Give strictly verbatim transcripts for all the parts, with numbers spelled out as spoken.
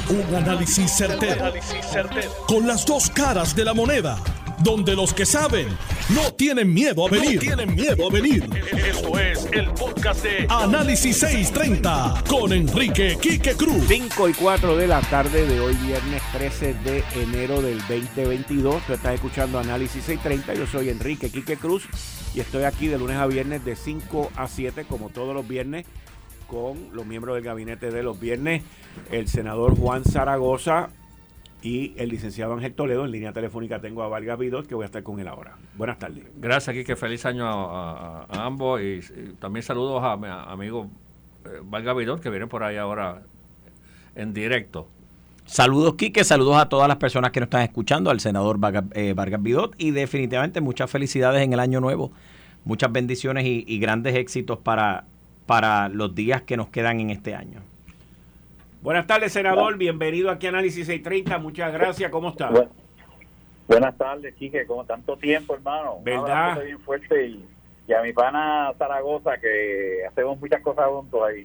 Un análisis certero, con las dos caras de la moneda, donde los que saben no tienen miedo a venir. No tienen miedo a venir. Esto es el podcast de Análisis seiscientos treinta con Enrique Quique Cruz. cinco y cuatro de la tarde de hoy, viernes trece de enero del veinte veintidós. Tú estás escuchando Análisis seiscientos treinta. Yo soy Enrique Quique Cruz y estoy aquí de lunes a viernes de cinco a siete, como todos los viernes, con los miembros del gabinete de los viernes, el senador Juan Zaragoza y el licenciado Ángel Toledo. En línea telefónica tengo a Vargas Vidot, que voy a estar con él ahora. Buenas tardes. Gracias, Quique. Feliz año a, a, a ambos y, y también saludos a mi amigo eh, Vargas Vidot, que viene por ahí ahora en directo. Saludos, Quique, saludos a todas las personas que nos están escuchando, al senador Vargas, eh, Vargas Vidot, y definitivamente muchas felicidades en el año nuevo, muchas bendiciones y, y grandes éxitos para, para los días que nos quedan en este año. Buenas tardes, senador, bienvenido aquí a Análisis seiscientos treinta, muchas gracias, ¿cómo está? Bueno, buenas tardes, Quique, como tanto tiempo, hermano. ¿Verdad? Un bien fuerte y, y a mi pana Zaragoza, que hacemos muchas cosas juntos ahí.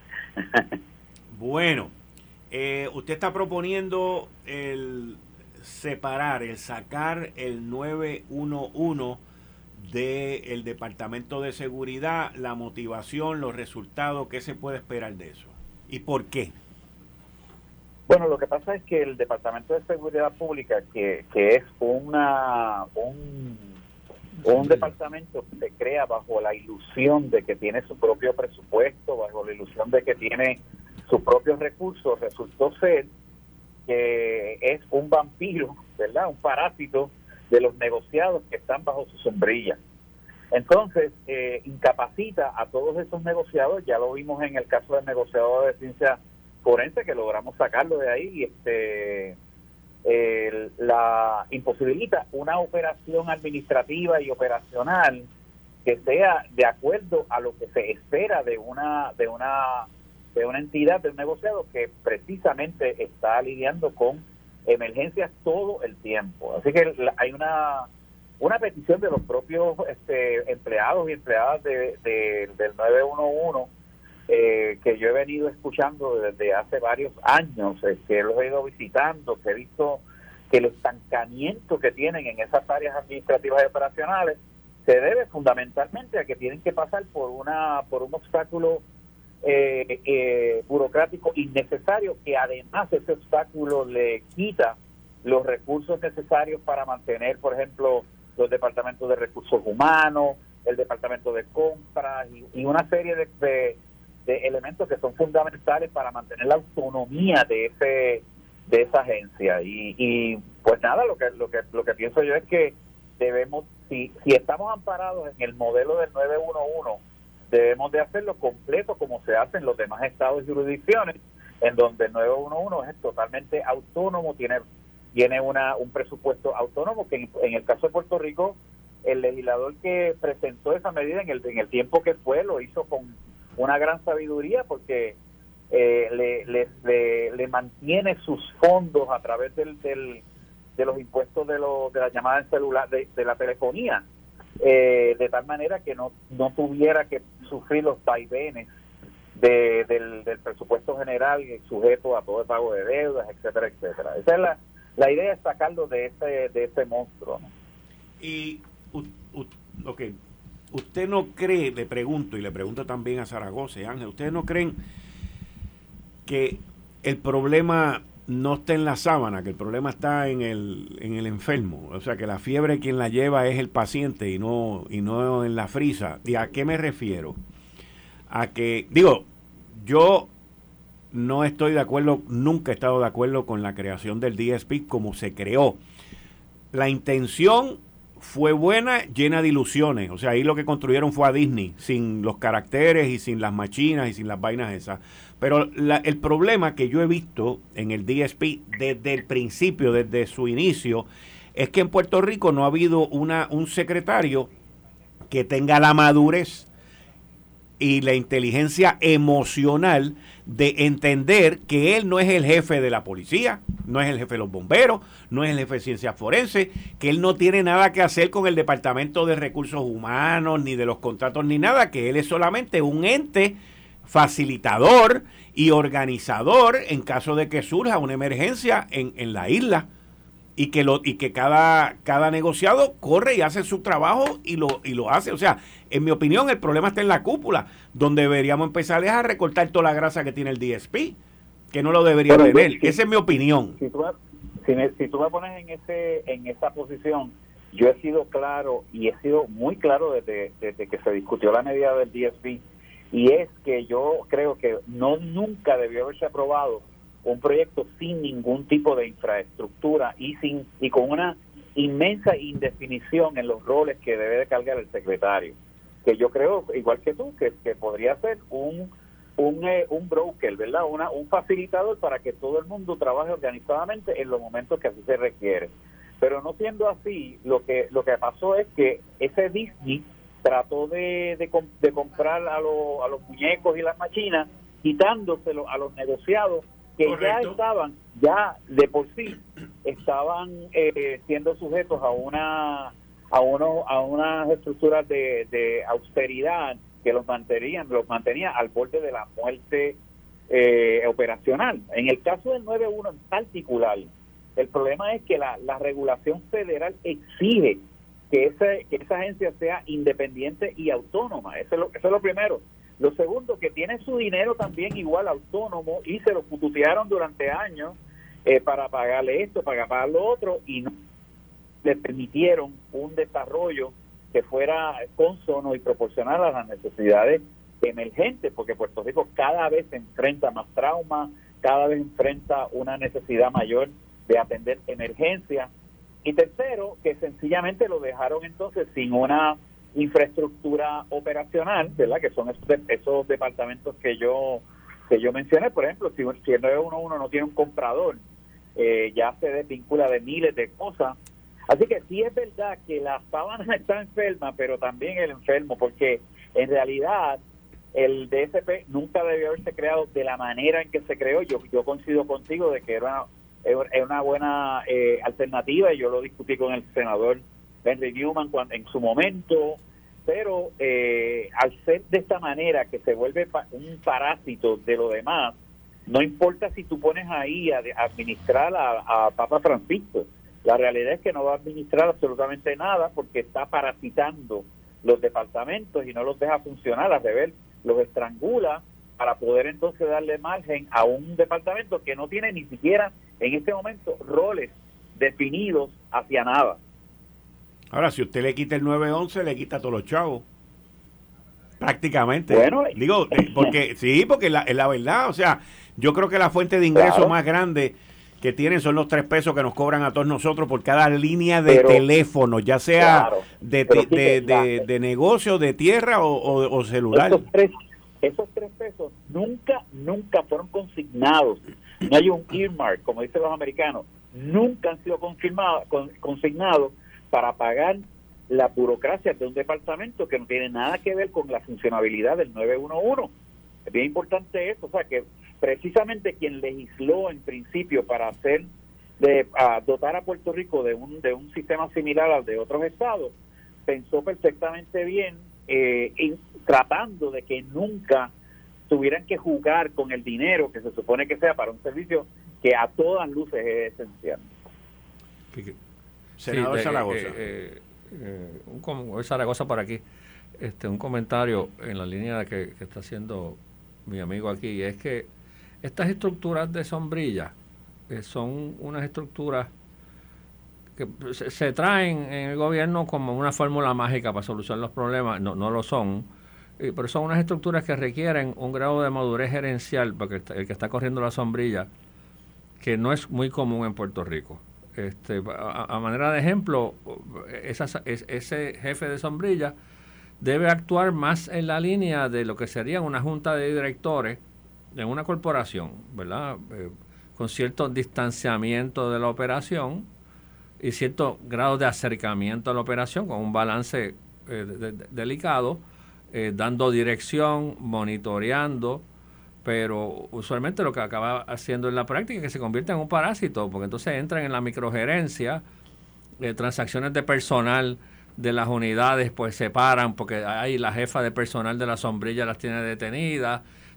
Bueno, eh, usted está proponiendo el separar, el sacar el nueve uno uno del Departamento de Seguridad, la motivación, los resultados, ¿qué se puede esperar de eso? ¿Y por qué? Bueno, lo que pasa es que el Departamento de Seguridad Pública, que, que es una un, un departamento que se crea bajo la ilusión de que tiene su propio presupuesto, bajo la ilusión de que tiene sus propios recursos, resultó ser que es un vampiro, ¿verdad? Un parásito de los negociados que están bajo su sombrilla. Entonces, eh, incapacita a todos esos negociados. Ya lo vimos en el caso del negociador de ciencia forense, que logramos sacarlo de ahí, y este eh, la imposibilita una operación administrativa y operacional que sea de acuerdo a lo que se espera de una de una de una entidad, de un negociado que precisamente está lidiando con emergencias todo el tiempo. Así que la, hay una una petición de los propios este, empleados y empleadas de, de, del nueve uno uno, eh, que yo he venido escuchando desde hace varios años, eh, que los he ido visitando, que he visto que el estancamiento que tienen en esas áreas administrativas y operacionales se debe fundamentalmente a que tienen que pasar por una por un obstáculo eh, eh, burocrático innecesario, que además ese obstáculo le quita los recursos necesarios para mantener, por ejemplo, los departamentos de recursos humanos, el departamento de compras y, y una serie de, de, de elementos que son fundamentales para mantener la autonomía de ese de esa agencia. Y, y pues nada, lo que lo que lo que pienso yo es que debemos, si si estamos amparados en el modelo del nueve uno uno, debemos de hacerlo completo como se hace en los demás estados y jurisdicciones, en donde el nueve uno uno es totalmente autónomo, tiene tiene una un presupuesto autónomo, que en, en el caso de Puerto Rico, el legislador que presentó esa medida en el en el tiempo que fue, lo hizo con una gran sabiduría, porque eh, le, le, le, le mantiene sus fondos a través del, del de los impuestos de, lo, de la llamada en celular, de, de la telefonía, eh, de tal manera que no, no tuviera que sufrir los vaivenes de, del, del presupuesto general sujeto a todo el pago de deudas, etcétera, etcétera. Esa es la La idea es sacarlo de ese de ese monstruo, ¿no? Y, u, u, ok, usted no cree, le pregunto, y le pregunto también a Zaragoza y Ángel, ¿ustedes no creen que el problema no está en la sábana, que el problema está en el en el enfermo? O sea, que la fiebre quien la lleva es el paciente y no y no en la frisa. ¿Y a qué me refiero? A que, digo, yo no estoy de acuerdo, nunca he estado de acuerdo con la creación del D S P como se creó. La intención fue buena, llena de ilusiones. O sea, ahí lo que construyeron fue a Disney, sin los caracteres y sin las machinas y sin las vainas esas. Pero la, el problema que yo he visto en el D S P desde el principio, desde su inicio, es que en Puerto Rico no ha habido una un secretario que tenga la madurez y la inteligencia emocional de entender que él no es el jefe de la policía, no es el jefe de los bomberos, no es el jefe de ciencias forenses, que él no tiene nada que hacer con el Departamento de Recursos Humanos, ni de los contratos, ni nada, que él es solamente un ente facilitador y organizador en caso de que surja una emergencia en, en la isla, y que lo y que cada cada negociado corre y hace su trabajo y lo y lo hace. O sea, en mi opinión, el problema está en la cúpula, donde deberíamos empezar a recortar toda la grasa que tiene el D S P, que no lo debería Pero, tener. si, Esa es mi opinión. Si tú, si, me, si tú me pones en ese en esa posición, yo he sido claro y he sido muy claro desde, desde que se discutió la medida del D S P, y es que yo creo que no nunca debió haberse aprobado un proyecto sin ningún tipo de infraestructura y sin y con una inmensa indefinición en los roles que debe de cargar el secretario, que yo creo, igual que tú, que, que podría ser un un, eh, un broker, ¿verdad? Una, un facilitador para que todo el mundo trabaje organizadamente en los momentos que así se requiere. Pero no siendo así, lo que lo que pasó es que ese Disney trató de, de, de comprar a, lo, a los muñecos y las machinas, quitándoselo a los negociados que Correcto. ya estaban, ya de por sí, estaban eh, siendo sujetos a una a uno a unas estructuras de, de austeridad que los mantenían, los mantenía al borde de la muerte eh, operacional. En el caso del nueve uno en particular, el problema es que la, la regulación federal exige que, ese, que esa agencia sea independiente y autónoma. Eso es lo, eso es lo primero. Lo segundo, que tiene su dinero también igual autónomo y se lo pututearon durante años eh, para pagarle esto, para pagar lo otro, y no le permitieron un desarrollo que fuera consono y proporcional a las necesidades emergentes, porque Puerto Rico cada vez se enfrenta más trauma, cada vez enfrenta una necesidad mayor de atender emergencias. Y tercero, que sencillamente lo dejaron entonces sin una infraestructura operacional, ¿verdad? Que son esos, esos departamentos que yo que yo mencioné. Por ejemplo, si, si el nueve uno uno no tiene un comprador, eh, ya se desvincula de miles de cosas. Así que sí es verdad que la sábana está enferma, pero también el enfermo, porque en realidad el D S P nunca debió haberse creado de la manera en que se creó. Yo yo coincido contigo de que era una, era una buena eh, alternativa, y yo lo discutí con el senador Henry Newman cuando, en su momento, pero eh, al ser de esta manera que se vuelve pa- un parásito de lo demás, no importa si tú pones ahí a, a administrar a, a Papa Francisco, la realidad es que no va a administrar absolutamente nada porque está parasitando los departamentos y no los deja funcionar, al revés, los estrangula para poder entonces darle margen a un departamento que no tiene ni siquiera en este momento roles definidos hacia nada. Ahora, si usted le quita el nueve once, le quita a todos los chavos. Prácticamente. Bueno, digo, porque sí, porque la, es la verdad. O sea, yo creo que la fuente de ingreso claro. más grande que tienen son los tres pesos que nos cobran a todos nosotros por cada línea de pero, teléfono, ya sea claro, de, de, de, de, de negocio, de tierra o, o, o celular. Esos tres, esos tres pesos nunca, nunca fueron consignados. No hay un earmark, como dicen los americanos. Nunca han sido confirmados, con, consignados para pagar la burocracia de un departamento que no tiene nada que ver con la funcionabilidad del nueve uno uno. Es bien importante eso, o sea que precisamente quien legisló en principio para hacer de a dotar a Puerto Rico de un de un sistema similar al de otros estados, pensó perfectamente bien eh, y tratando de que nunca tuvieran que jugar con el dinero que se supone que sea para un servicio que a todas luces es esencial. Senador sí, Zaragoza. Eh, eh, eh, un Zaragoza por aquí. Este, un comentario en la línea que, que está haciendo mi amigo aquí, es que estas estructuras de sombrilla eh, son unas estructuras que se, se traen en el gobierno como una fórmula mágica para solucionar los problemas. No, no lo son, eh, pero son unas estructuras que requieren un grado de madurez gerencial, porque el, el que está corriendo la sombrilla, que no es muy común en Puerto Rico. Este, a, a manera de ejemplo, esa, es, ese jefe de sombrilla debe actuar más en la línea de lo que sería una junta de directores en una corporación, ¿verdad? Eh, con cierto distanciamiento de la operación y cierto grado de acercamiento a la operación, con un balance eh, de, de, delicado, eh, dando dirección, monitoreando, pero usualmente lo que acaba haciendo en la práctica es que se convierte en un parásito, porque entonces entran en la microgerencia, eh, transacciones de personal de las unidades pues se paran porque ahí la jefa de personal de la sombrilla las tiene detenidas,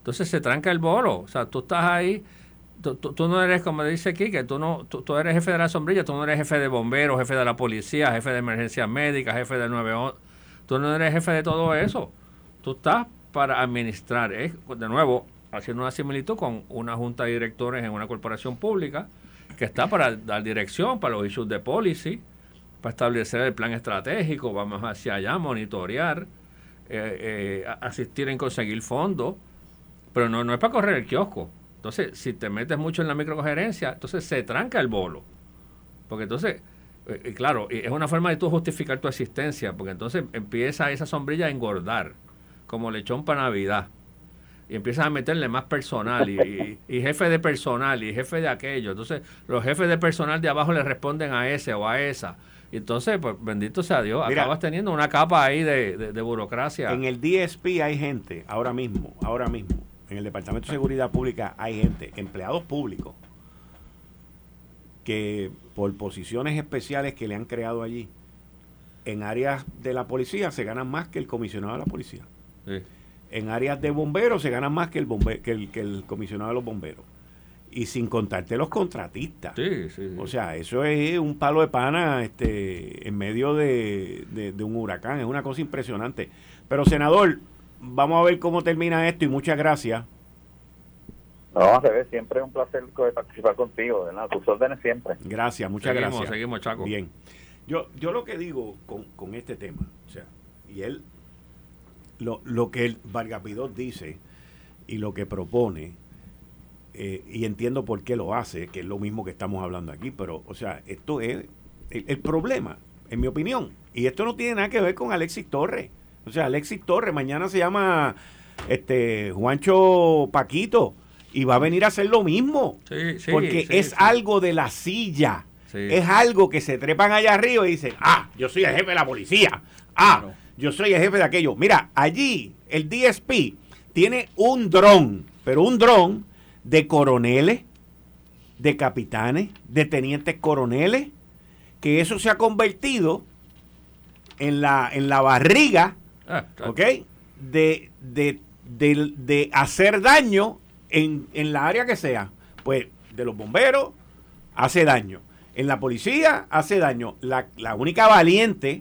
Entonces se tranca el bolo. O sea, tú estás ahí, tú, tú, tú no eres, como dice Quique, tú, no, tú, tú eres jefe de la sombrilla, tú no eres jefe de bomberos, jefe de la policía, jefe de emergencias médicas, jefe del nueve once. Tú no eres jefe de todo eso. Tú estás para administrar. Es, de nuevo, haciendo una similitud con una junta de directores en una corporación pública que está para dar dirección, para los issues de policy, para establecer el plan estratégico, vamos hacia allá, monitorear, eh, eh, asistir en conseguir fondos, pero no, no es para correr el kiosco. Entonces, si te metes mucho en la microgerencia, entonces se tranca el bolo. Porque entonces, eh, claro, es una forma de tú justificar tu existencia, porque entonces empieza esa sombrilla a engordar, como lechón para Navidad. Y empiezas a meterle más personal, y, y, y jefe de personal, y jefe de aquello. Entonces, los jefes de personal de abajo le responden a ese o a esa. Y entonces, pues, bendito sea Dios, Mira, acabas teniendo una capa ahí de, de, de burocracia. En el D S P hay gente, ahora mismo, ahora mismo, en el Departamento de Seguridad Pública hay gente, empleados públicos, que por posiciones especiales que le han creado allí, en áreas de la policía se ganan más que el comisionado de la policía. Sí. En áreas de bomberos se ganan más que el, bombe que, el, que el comisionado de los bomberos. Y sin contarte los contratistas. Sí, sí, sí. O sea, eso es un palo de pana este, en medio de, de, de un huracán. Es una cosa impresionante. Pero, senador, vamos a ver cómo termina esto y muchas gracias. No, a ver, siempre es un placer participar contigo, ¿verdad? Tus órdenes siempre. Gracias, muchas seguimos, gracias. Seguimos, Chaco. Bien. Yo, yo lo que digo con, con este tema, o sea, y él, lo, lo que el Vargas Vidot dice y lo que propone, eh, y entiendo por qué lo hace, que es lo mismo que estamos hablando aquí, pero, o sea, esto es el, el problema, en mi opinión, y esto no tiene nada que ver con Alexis Torres. O sea, Alexis Torres mañana se llama este Juancho Paquito y va a venir a hacer lo mismo, Sí, sí, porque sí, es sí. algo de la silla. Sí. Es algo que se trepan allá arriba y dicen, ah, yo soy el jefe de la policía. Ah, Claro. yo soy el jefe de aquello. Mira, allí el D S P tiene un dron, pero un dron de coroneles, de capitanes, de tenientes coroneles, que eso se ha convertido en la, en la barriga, Ah, claro. ¿ok? De, de, de, de hacer daño en, en la área que sea. Pues de los bomberos hace daño. En la policía hace daño. La, la única valiente,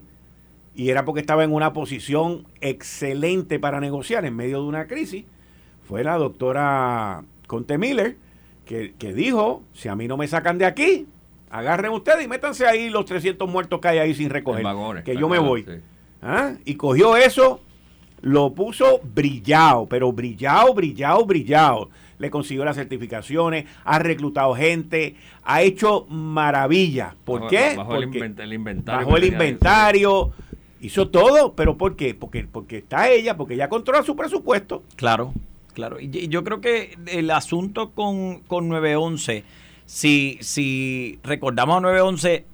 y era porque estaba en una posición excelente para negociar en medio de una crisis, fue la doctora Conte Miller, que, que dijo, si a mí no me sacan de aquí, agarren ustedes y métanse ahí los trescientos muertos que hay ahí sin recoger, En vagones, que yo me vagones, voy. sí. ¿Ah? Y cogió eso, lo puso brillado, pero brillado, brillado, brillado. Le consiguió las certificaciones, ha reclutado gente, ha hecho maravillas. ¿Por Bajo- qué? Bajo el, Porque invent- el inventario. bajó que el tenía ahí, inventario, hizo todo, pero ¿por qué? Porque, porque está ella, porque ella controla su presupuesto. Claro, claro. Y y yo creo que el asunto con, con nueve once, si, si recordamos a nueve once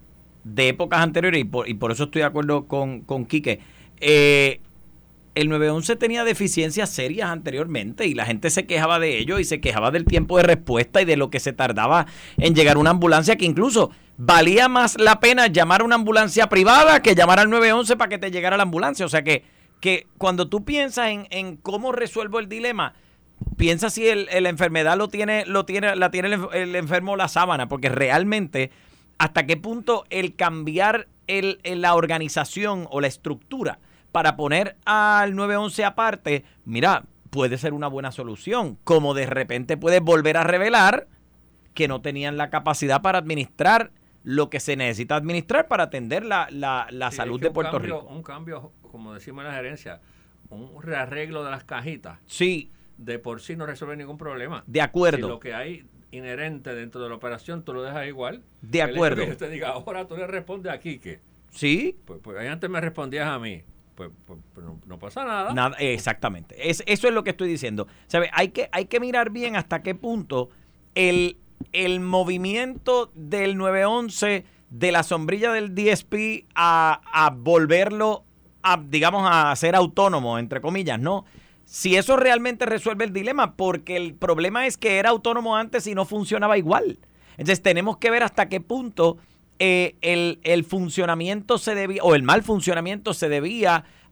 de épocas anteriores, y por, y por eso estoy de acuerdo con, con Quique, eh, el nueve once tenía deficiencias serias anteriormente y la gente se quejaba de ello y se quejaba del tiempo de respuesta y de lo que se tardaba en llegar una ambulancia, que incluso valía más la pena llamar a una ambulancia privada que llamar al nueve once para que te llegara la ambulancia. O sea que, que cuando tú piensas en, en cómo resuelvo el dilema, piensa si el, el- la enfermedad lo tiene, lo tiene, la tiene el, enf- el enfermo o la sábana, porque realmente hasta qué punto el cambiar el, el- la organización o la estructura para poner al nueve once aparte, mira, puede ser una buena solución, como de repente puedes volver a revelar que no tenían la capacidad para administrar lo que se necesita administrar para atender la, la, la Sí, salud es que de un Puerto cambio- Rico. Un cambio, como decimos en la gerencia, un rearreglo de las cajitas, Sí, de por sí no resuelve ningún problema. de acuerdo. Si lo que hay inherente dentro de la operación, tú lo dejas igual. De el hecho acuerdo. que yo te diga, ahora tú le respondes a Quique. Sí, Pues, pues ahí antes me respondías a mí. Pues, pues, pues no, no pasa nada. nada, exactamente. Es, eso es lo que estoy diciendo. ¿Sabe? Hay que, hay que mirar bien hasta qué punto el, el movimiento del nueve once, de la sombrilla del D S P a, a volverlo, a, digamos, a ser autónomo, entre comillas, ¿no? Si eso realmente resuelve el dilema, porque el problema es que era autónomo antes y no funcionaba igual. Entonces tenemos que ver hasta qué punto eh, el, el funcionamiento se debía, o el mal funcionamiento se debía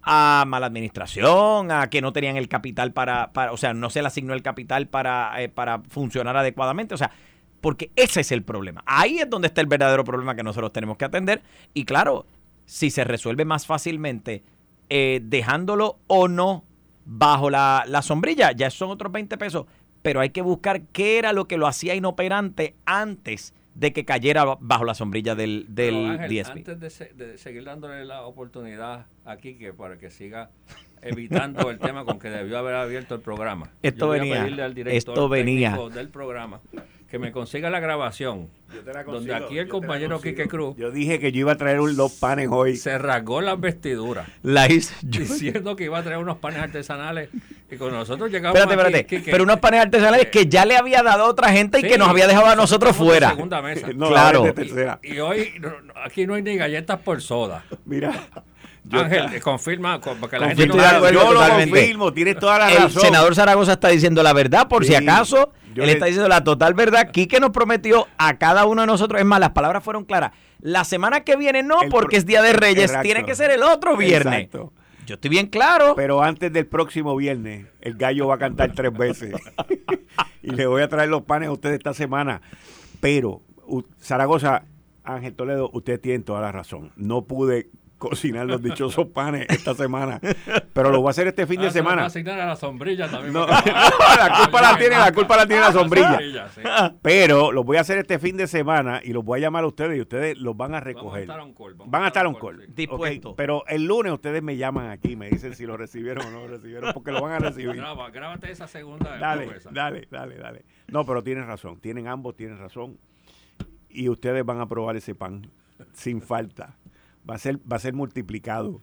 a mala administración, a que no tenían el capital para, para o sea, no se le asignó el capital para, eh, para funcionar adecuadamente, o sea, porque ese es el problema. Ahí es donde está el verdadero problema que nosotros tenemos que atender. Y claro, si se resuelve más fácilmente eh, dejándolo o no bajo la, la sombrilla, ya son otros veinte pesos. Pero hay que buscar qué era lo que lo hacía inoperante antes de que cayera bajo la sombrilla del, del Pero, Ángel, D S P. Antes de, se, de seguir dándole la oportunidad aquí que para que siga evitando el tema con que debió haber abierto el programa. Esto Yo voy venía, a pedirle al director esto venía. técnico del programa que me consiga la grabación. Yo te la consigo, donde aquí el yo te la compañero consigo. Quique Cruz Yo dije que yo iba a traer un, los panes hoy. se rasgó las vestiduras La hice, yo- diciendo que iba a traer unos panes artesanales y con nosotros llegamos Espérate, aquí, espérate. Quique, Pero unos panes artesanales eh, que ya le había dado a otra gente y sí, que nos había dejado a nosotros estamos de fuera. segunda mesa. No, Claro. ahora es de tercera. Y hoy no, no, aquí no hay ni galletas por soda. Mira. yo- Ángel, eh, confirma, con- porque la Confirmo, gente no estoy de acuerdo yo lo totalmente. confirmo, tienes toda la El razón. senador Zaragoza está diciendo la verdad, por si Sí, acaso. yo Él le- está diciendo la total verdad. Quique nos prometió a cada uno de nosotros. Es más, las palabras fueron claras. La semana que viene no, El porque pro- es Día de Reyes. Exacto. Tiene que ser el otro viernes. Exacto. Yo estoy bien claro. Pero antes del próximo viernes, el gallo va a cantar tres veces. Y le voy a traer los panes a ustedes esta semana. Pero, u- Zaragoza, Ángel Toledo, ustedes tienen toda la razón. No pude cocinar los dichosos panes esta semana. Pero lo voy a hacer este fin Ah, de se lo va semana. a asignar a la sombrilla también. No, porque- la culpa la tiene, la culpa la tiene la sombrilla. sí. Pero los voy a hacer este fin de semana y los voy a llamar a ustedes y ustedes los van a Vamos a recoger. estar a un call, vamos Van a estar a un call. sí. Dispuesto. Ok, pero el lunes ustedes me llaman aquí y me dicen si lo recibieron o no lo recibieron, porque lo van a recibir. Graba, grábate esa segunda. Dale, promesa. dale, dale, dale. No, pero tienen razón, tienen ambos, tienen razón. Y ustedes van a probar ese pan sin falta. Va a ser, va a ser multiplicado.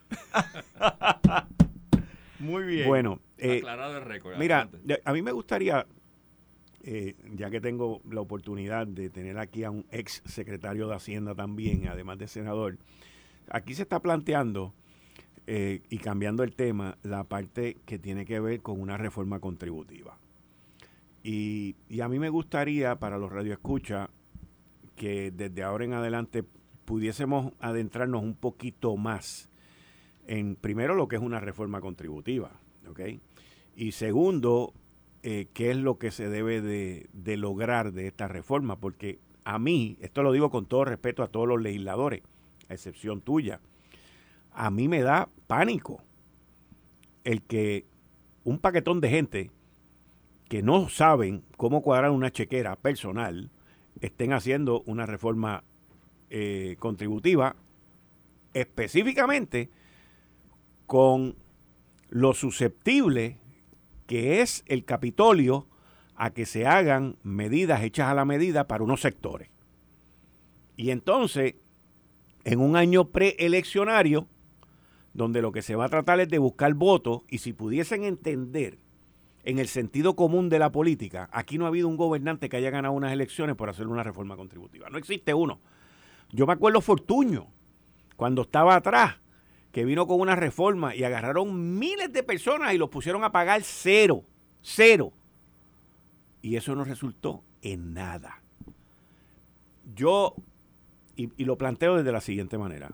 Muy bien. Bueno, eh, Aclarado el récord. mira, adelante. de- a mí me gustaría, eh, ya que tengo la oportunidad de tener aquí a un ex secretario de Hacienda también, además de senador, aquí se está planteando, eh, y cambiando el tema, la parte que tiene que ver con una reforma contributiva. Y, y a mí me gustaría, para los radioescuchas, que desde ahora en adelante pudiésemos adentrarnos un poquito más en, primero, lo que es una reforma contributiva, ¿ok? Y segundo, eh, qué es lo que se debe de, de lograr de esta reforma, porque a mí, esto lo digo con todo respeto a todos los legisladores, a excepción tuya, a mí me da pánico el que un paquetón de gente que no saben cómo cuadrar una chequera personal estén haciendo una reforma eh, contributiva específicamente con lo susceptible que es el Capitolio a que se hagan medidas hechas a la medida para unos sectores. Y entonces, en un año preeleccionario, donde lo que se va a tratar es de buscar votos, y si pudiesen entender en el sentido común de la política, aquí no ha habido un gobernante que haya ganado unas elecciones por hacer una reforma contributiva. No existe uno. Yo me acuerdo Fortuño, cuando estaba atrás, que vino con una reforma y agarraron miles de personas y los pusieron a pagar cero, cero. Y eso no resultó en nada. Yo, y, y lo planteo desde la siguiente manera.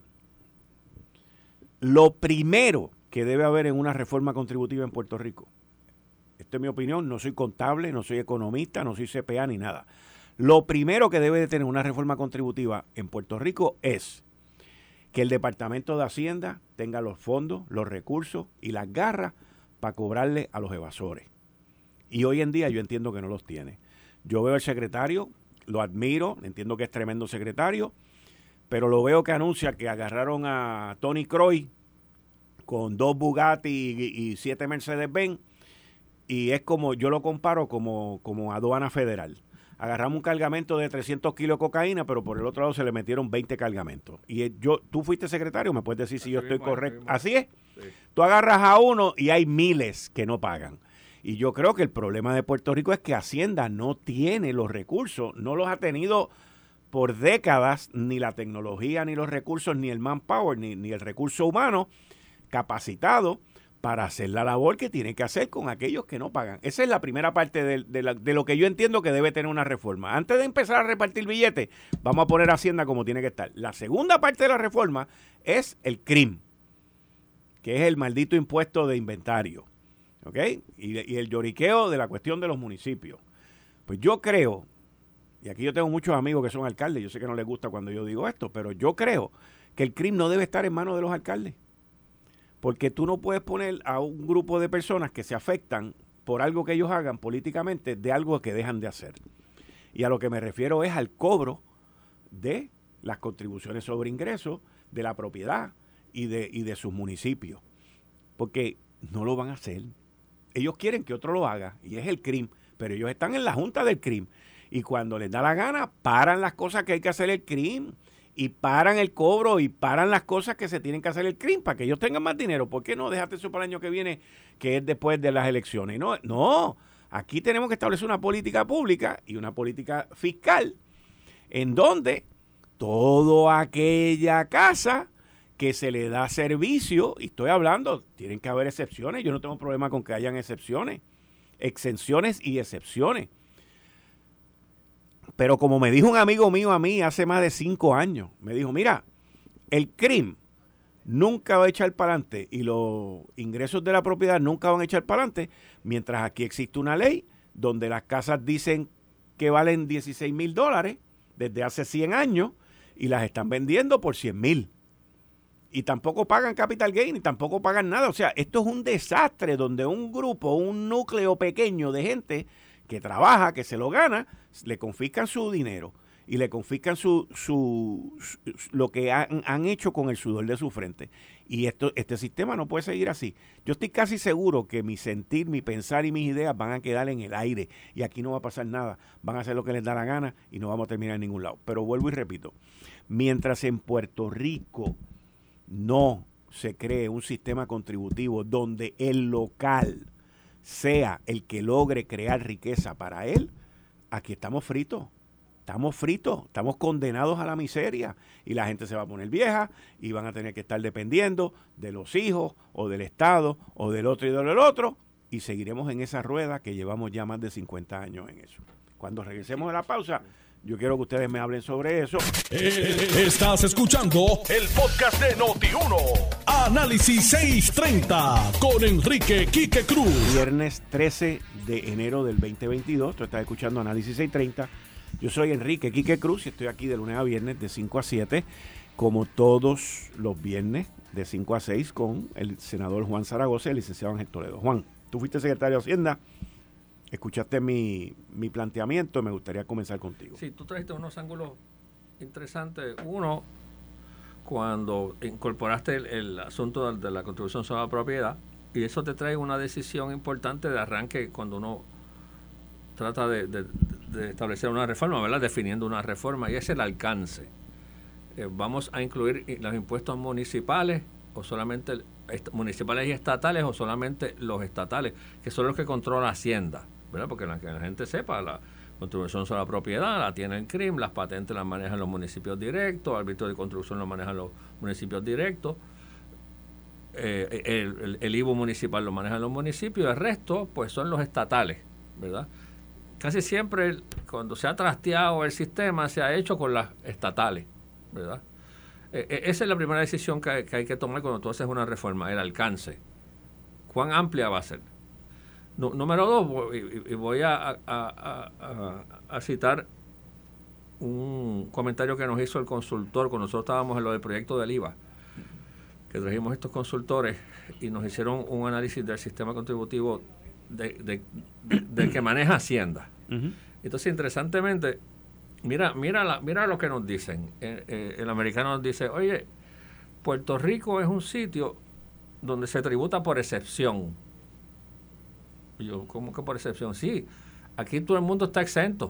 Lo primero que debe haber en una reforma contributiva en Puerto Rico, esta es mi opinión, no soy contable, no soy economista, no soy C P A ni nada. Lo primero que debe de tener una reforma contributiva en Puerto Rico es que el Departamento de Hacienda tenga los fondos, los recursos y las garras para cobrarle a los evasores. Y hoy en día yo entiendo que no los tiene. Yo veo al secretario, lo admiro, entiendo que es tremendo secretario, pero lo veo que anuncia que agarraron a Tony Croy con dos Bugatti y, y siete Mercedes-Benz, y es como, yo lo comparo como, como aduana federal. Agarramos un cargamento de trescientos kilos de cocaína, pero por el otro lado se le metieron veinte cargamentos. Y yo, tú fuiste secretario, me puedes decir si yo estoy correcto. Así es. Sí. Tú agarras a uno y hay miles que no pagan. Y yo creo que el problema de Puerto Rico es que Hacienda no tiene los recursos, no los ha tenido por décadas, ni la tecnología, ni los recursos, ni el manpower, ni, ni el recurso humano capacitado para hacer la labor que tiene que hacer con aquellos que no pagan. Esa es la primera parte de, de, la, de lo que yo entiendo que debe tener una reforma. Antes de empezar a repartir billetes, vamos a poner a Hacienda como tiene que estar. La segunda parte de la reforma es el C R I M, que es el maldito impuesto de inventario, ¿ok? Y, y el lloriqueo de la cuestión de los municipios. Pues yo creo, y aquí yo tengo muchos amigos que son alcaldes, yo sé que no les gusta cuando yo digo esto, pero yo creo que el crimen no debe estar en manos de los alcaldes. Porque tú no puedes poner a un grupo de personas que se afectan por algo que ellos hagan políticamente de algo que dejan de hacer. Y a lo que me refiero es al cobro de las contribuciones sobre ingresos, de la propiedad y de, y de sus municipios. Porque no lo van a hacer. Ellos quieren que otro lo haga y es el crimen, pero ellos están en la junta del crimen. Y cuando les da la gana, paran las cosas que hay que hacer el crimen. Y paran el cobro y paran las cosas que se tienen que hacer el crimen para que ellos tengan más dinero. ¿Por qué no? Déjate eso para el año que viene, que es después de las elecciones. No, no, aquí tenemos que establecer una política pública y una política fiscal en donde toda aquella casa que se le da servicio, y estoy hablando, tienen que haber excepciones, yo no tengo problema con que hayan excepciones, exenciones y excepciones. Pero como me dijo un amigo mío a mí hace más de cinco años, me dijo, mira, el crimen nunca va a echar para adelante y los ingresos de la propiedad nunca van a echar para adelante, mientras aquí existe una ley donde las casas dicen que valen dieciséis mil dólares desde hace cien años y las están vendiendo por cien mil. Y tampoco pagan capital gain y tampoco pagan nada. O sea, esto es un desastre donde un grupo, un núcleo pequeño de gente que trabaja, que se lo gana, le confiscan su dinero y le confiscan su, su, su lo que han, han hecho con el sudor de su frente. Y esto, este sistema no puede seguir así. Yo estoy casi seguro que mi sentir, mi pensar y mis ideas van a quedar en el aire y aquí no va a pasar nada. Van a hacer lo que les da la gana y no vamos a terminar en ningún lado. Pero vuelvo y repito, mientras en Puerto Rico no se cree un sistema contributivo donde el local sea el que logre crear riqueza para él, aquí estamos fritos, estamos fritos, estamos condenados a la miseria y la gente se va a poner vieja y van a tener que estar dependiendo de los hijos o del Estado o del otro y del otro y seguiremos en esa rueda que llevamos ya más de cincuenta años en eso. Cuando regresemos a la pausa, yo quiero que ustedes me hablen sobre eso. Estás escuchando el podcast de Noti uno. Análisis seiscientos treinta con Enrique Quique Cruz. Viernes trece de enero del veinte veintidós. Tú estás escuchando Análisis seiscientos treinta. Yo soy Enrique Quique Cruz y estoy aquí de lunes a viernes de cinco a siete, como todos los viernes de cinco a seis con el senador Juan Zaragoza y el licenciado Ángel Toledo. Juan, tú fuiste secretario de Hacienda. Escuchaste mi, mi planteamiento, me gustaría comenzar contigo. Sí, tú trajiste unos ángulos interesantes. Uno, cuando incorporaste el, el asunto de, de la contribución sobre la propiedad, y eso te trae una decisión importante de arranque cuando uno trata de, de, de establecer una reforma, ¿verdad? Definiendo una reforma, y es el alcance. Eh, ¿Vamos a incluir los impuestos municipales o solamente est- municipales y estatales o solamente los estatales, que son los que controla Hacienda? ¿Verdad? Porque la, que la gente sepa, la contribución sobre la propiedad la tiene el C R I M, las patentes las manejan los municipios directos, el árbitro de contribución lo manejan los municipios directos, eh, el, el, el I V U municipal lo manejan los municipios, el resto pues son los estatales, ¿verdad? Casi siempre cuando se ha trasteado el sistema se ha hecho con las estatales, ¿verdad? Eh, esa es la primera decisión que, que hay que tomar cuando tú haces una reforma, el alcance. ¿Cuán amplia va a ser? No, número dos, y, y voy a, a, a, a, a citar un comentario que nos hizo el consultor cuando nosotros estábamos en lo del proyecto del I V A, que trajimos estos consultores y nos hicieron un análisis del sistema contributivo de, de, de, de que maneja Hacienda. Uh-huh. Entonces, interesantemente, mira, mira, la, mira lo que nos dicen. Eh, eh, el americano nos dice, oye, Puerto Rico es un sitio donde se tributa por excepción. Y yo, ¿cómo que por excepción? Sí, aquí todo el mundo está exento.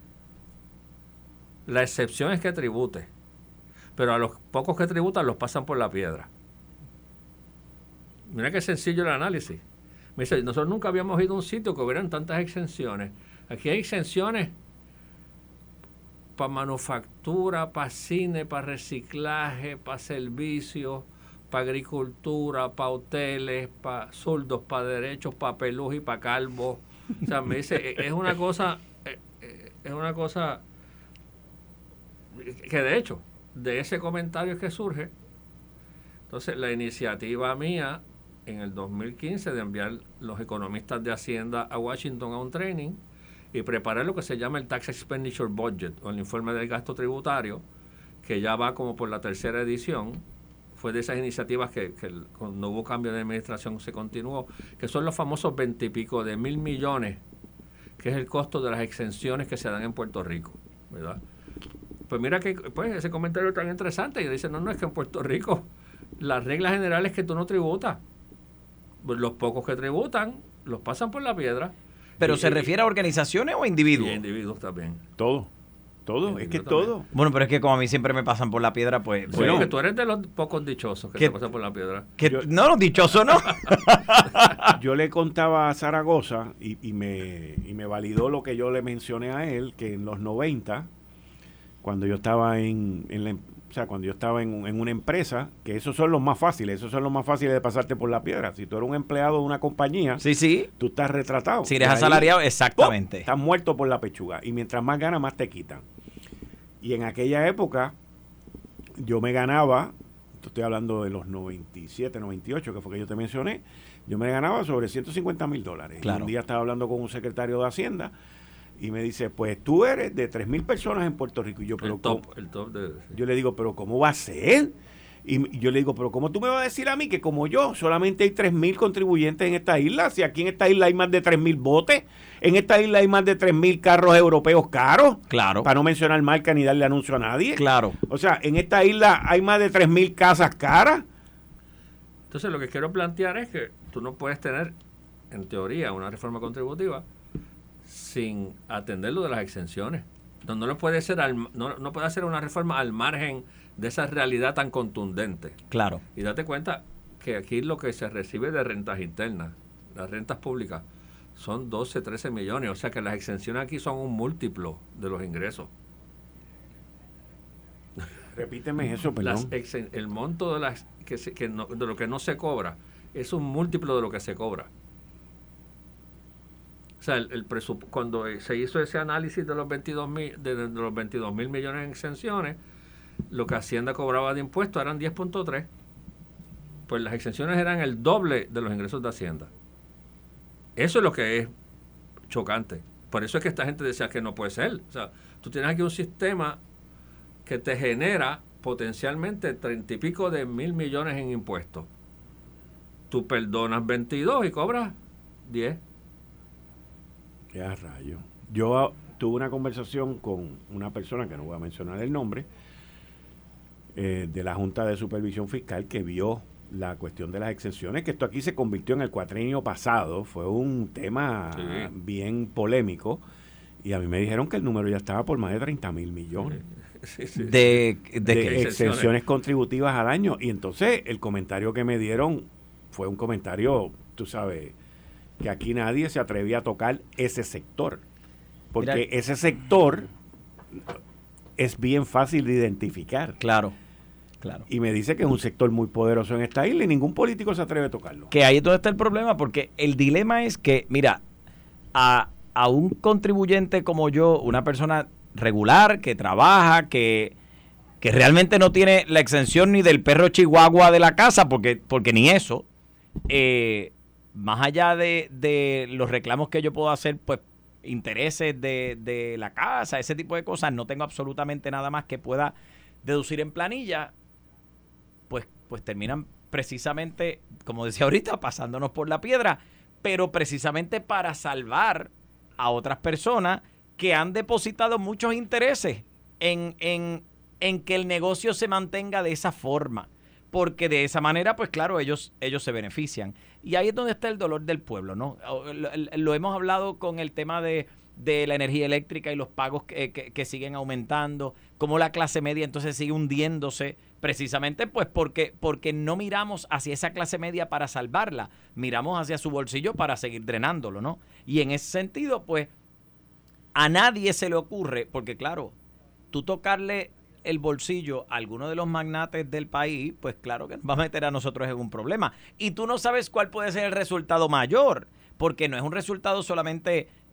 La excepción es que tribute. Pero a los pocos que tributan los pasan por la piedra. Mira qué sencillo el análisis. Me dice, nosotros nunca habíamos ido a un sitio que hubieran tantas exenciones. Aquí hay exenciones para manufactura, para cine, para reciclaje, para servicios, para agricultura, para hoteles, para zurdos, para derechos, para pelús y para calvos. O sea, me dice, es una cosa, es una cosa que de hecho, de ese comentario que surge, Entonces, la iniciativa mía en el dos mil quince de enviar los economistas de Hacienda a Washington a un training y preparar lo que se llama el Tax Expenditure Budget, o el informe del gasto tributario, que ya va como por la tercera edición. Fue de esas iniciativas que, que cuando hubo cambio de administración se continuó, que son los famosos veintipico de mil millones, que es el costo de las exenciones que se dan en Puerto Rico, ¿verdad? Pues mira que pues ese comentario tan interesante, y dice, no, no, es que en Puerto Rico las reglas generales es que tú no tributas. Los pocos que tributan los pasan por la piedra. ¿Pero y, se y, refiere a organizaciones o a individuos? Y individuos también. Todo. Todo, es que todo. Bueno, pero es que como a mí siempre me pasan por la piedra, pues... Sí, bueno, que tú eres de los pocos dichosos que ¿Qué? te pasan por la piedra. Que, Yo- no, los dichosos no. Yo le contaba a Zaragoza y, y, me, y me validó lo que yo le mencioné a él, que en los noventa, cuando yo estaba en, en la, o sea, cuando yo estaba en, un- en una empresa, que esos son los más fáciles, esos son los más fáciles de pasarte por la piedra. Si tú eres un empleado de una compañía, Sí, sí. tú estás retratado. Si eres Y ahí, asalariado, ¡pum!, exactamente. estás muerto por la pechuga. Y mientras más ganas, más te quitan. Y en aquella época, yo me ganaba, te estoy hablando de los noventa y siete, noventa y ocho, que fue que yo te mencioné, yo me ganaba sobre ciento cincuenta mil dólares. Claro. Y un día estaba hablando con un secretario de Hacienda y me dice, pues tú eres de tres mil personas en Puerto Rico. Y yo, pero El top, ¿cómo? el top de... sí. Yo le digo, pero ¿cómo va a ser? Y yo le digo, pero ¿cómo tú me vas a decir a mí que como yo solamente hay tres mil contribuyentes en esta isla? Si aquí en esta isla hay más de tres mil botes, en esta isla hay más de tres mil carros europeos caros, Claro. para no mencionar marca ni darle anuncio a nadie. Claro. O sea, en esta isla hay más de tres mil casas caras. Entonces, lo que quiero plantear es que tú no puedes tener, en teoría, una reforma contributiva sin atender lo de las exenciones. No, no lo puede ser al, no, no puede hacer una reforma al margen de esa realidad tan contundente. Claro. Y date cuenta que aquí lo que se recibe de rentas internas, las rentas públicas, son doce, trece millones. O sea que las exenciones aquí son un múltiplo de los ingresos. Repíteme eso, Las perdón. exen- el monto de, las, que se- que no- de lo que no se cobra es un múltiplo de lo que se cobra. O sea, el, el presup- cuando eh, se hizo ese análisis de los veintidós mil de, de los veintidós mil millones en exenciones, lo que Hacienda cobraba de impuestos eran diez punto tres. Pues las exenciones eran el doble de los ingresos de Hacienda. Eso es lo que es chocante. Por eso es que esta gente decía que no puede ser. O sea, tú tienes aquí un sistema que te genera potencialmente treinta y pico de mil millones en impuestos. Tú perdonas veintidós y cobras diez. Ya rayo. Yo ah, tuve una conversación con una persona, que no voy a mencionar el nombre, eh, de la Junta de Supervisión Fiscal, que vio la cuestión de las exenciones, que esto aquí se convirtió en el cuatrienio pasado, fue un tema Sí. bien polémico, y a mí me dijeron que el número ya estaba por más de treinta mil millones Sí, sí. De, de, de, que- exenciones. exenciones contributivas al año. Y entonces el comentario que me dieron fue un comentario, tú sabes, que aquí nadie se atrevía a tocar ese sector. Porque Mira. ese sector es bien fácil de identificar. Claro. Claro. Y me dice que es un sector muy poderoso en esta isla y ningún político se atreve a tocarlo. Que ahí es donde está el problema, porque el dilema es que, mira, a, a un contribuyente como yo, una persona regular, que trabaja, que, que realmente no tiene la exención ni del perro chihuahua de la casa, porque, porque ni eso, eh, más allá de, de los reclamos que yo puedo hacer, pues intereses de, de la casa, ese tipo de cosas, no tengo absolutamente nada más que pueda deducir en planilla, pues, pues terminan precisamente, como decía ahorita, pasándonos por la piedra, pero precisamente para salvar a otras personas que han depositado muchos intereses en, en, en que el negocio se mantenga de esa forma. Porque de esa manera, pues claro, ellos, ellos se benefician. Y ahí es donde está el dolor del pueblo, ¿no? Lo, lo hemos hablado con el tema de, de la energía eléctrica y los pagos que, que, que siguen aumentando, cómo la clase media entonces sigue hundiéndose, precisamente pues porque, porque no miramos hacia esa clase media para salvarla, miramos hacia su bolsillo para seguir drenándolo, ¿no? Y en ese sentido, pues, a nadie se le ocurre, porque claro, tú tocarle el bolsillo a alguno de los magnates del país, pues claro que nos va a meter a nosotros en un problema. Y tú no sabes cuál puede ser el resultado mayor, porque no es un resultado solamente